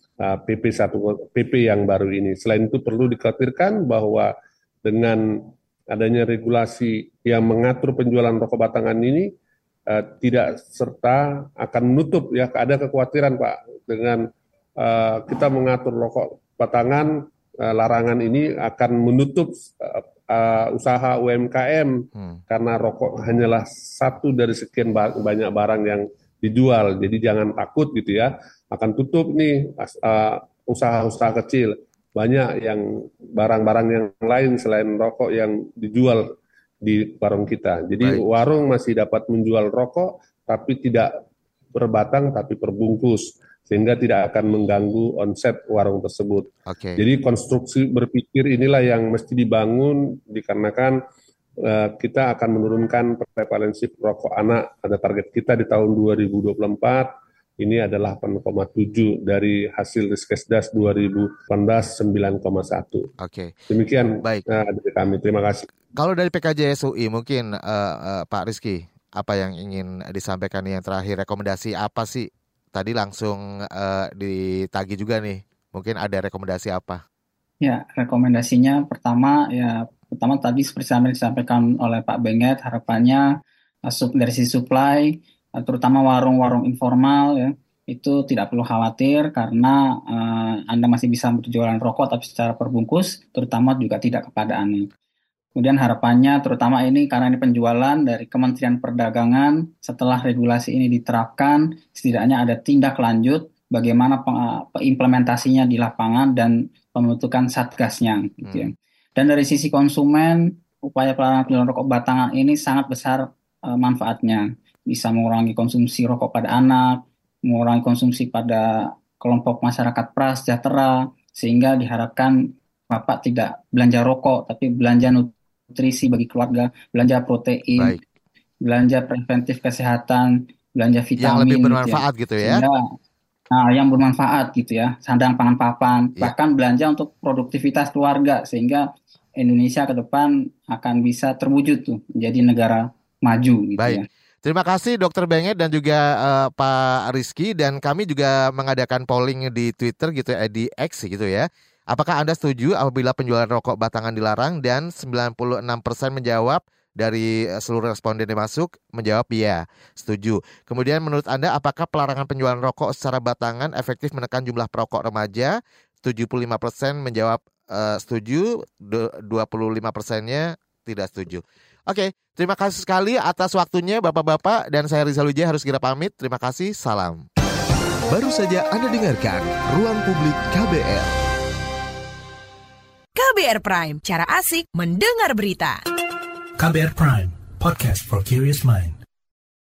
PP yang baru ini. Selain itu perlu dikhawatirkan bahwa dengan adanya regulasi yang mengatur penjualan rokok batangan ini tidak serta akan menutup ya, ada kekhawatiran Pak dengan kita mengatur rokok batangan, larangan ini akan menutup usaha UMKM karena rokok hanyalah satu dari sekian banyak barang yang dijual. Jadi jangan takut gitu ya, akan tutup nih usaha-usaha kecil. Banyak yang barang-barang yang lain selain rokok yang dijual di warung kita. Jadi warung masih dapat menjual rokok tapi tidak berbatang tapi perbungkus, sehingga tidak akan mengganggu omset warung tersebut. Jadi konstruksi berpikir inilah yang mesti dibangun dikarenakan kita akan menurunkan prevalensi perokok anak. Ada target kita di tahun 2024 ini adalah 8,7 dari hasil Riskesdas 2018 9,1. Demikian dari kami. Terima kasih. Kalau dari PKJSUI mungkin Pak Rizky, apa yang ingin disampaikan yang terakhir? Rekomendasi apa sih? Tadi langsung ditagih juga nih. Mungkin ada rekomendasi apa? Ya, rekomendasinya pertama tadi seperti yang disampaikan oleh Pak Benget, harapannya dari sisi supply terutama warung-warung informal ya, itu tidak perlu khawatir karena Anda masih bisa berjualan rokok tapi secara perbungkus, terutama juga tidak kepada Anda. Kemudian harapannya terutama ini karena ini penjualan dari Kementerian Perdagangan, setelah regulasi ini diterapkan, setidaknya ada tindak lanjut bagaimana implementasinya di lapangan dan pembentukan satgasnya gitu ya. Dan dari sisi konsumen, upaya pelarangan penjualan rokok batangan ini sangat besar manfaatnya. Bisa mengurangi konsumsi rokok pada anak, mengurangi konsumsi pada kelompok masyarakat prasejahtera, sehingga diharapkan Bapak tidak belanja rokok, tapi belanja nutrisi bagi keluarga, belanja protein, belanja preventif kesehatan, belanja vitamin. Yang lebih bermanfaat gitu ya. Sehingga, yang bermanfaat gitu ya, sandang pangan papan, bahkan belanja untuk produktivitas keluarga, sehingga Indonesia ke depan akan bisa terwujud tuh menjadi negara maju gitu ya. Terima kasih Dr. Benget dan juga Pak Rizky, dan kami juga mengadakan polling di Twitter gitu ya, di X gitu ya. Apakah Anda setuju apabila penjualan rokok batangan dilarang? Dan 96% menjawab dari seluruh responden yang masuk menjawab ya, setuju. Kemudian menurut Anda apakah pelarangan penjualan rokok secara batangan efektif menekan jumlah perokok remaja? 75% menjawab setuju, 25%-nya tidak setuju. Oke, terima kasih sekali atas waktunya Bapak-Bapak, dan saya Rizal Wijaya harus segera pamit. Terima kasih, salam. Baru saja Anda dengarkan Ruang Publik KBR. KBR Prime, cara asik mendengar berita. KBR Prime, podcast for curious mind.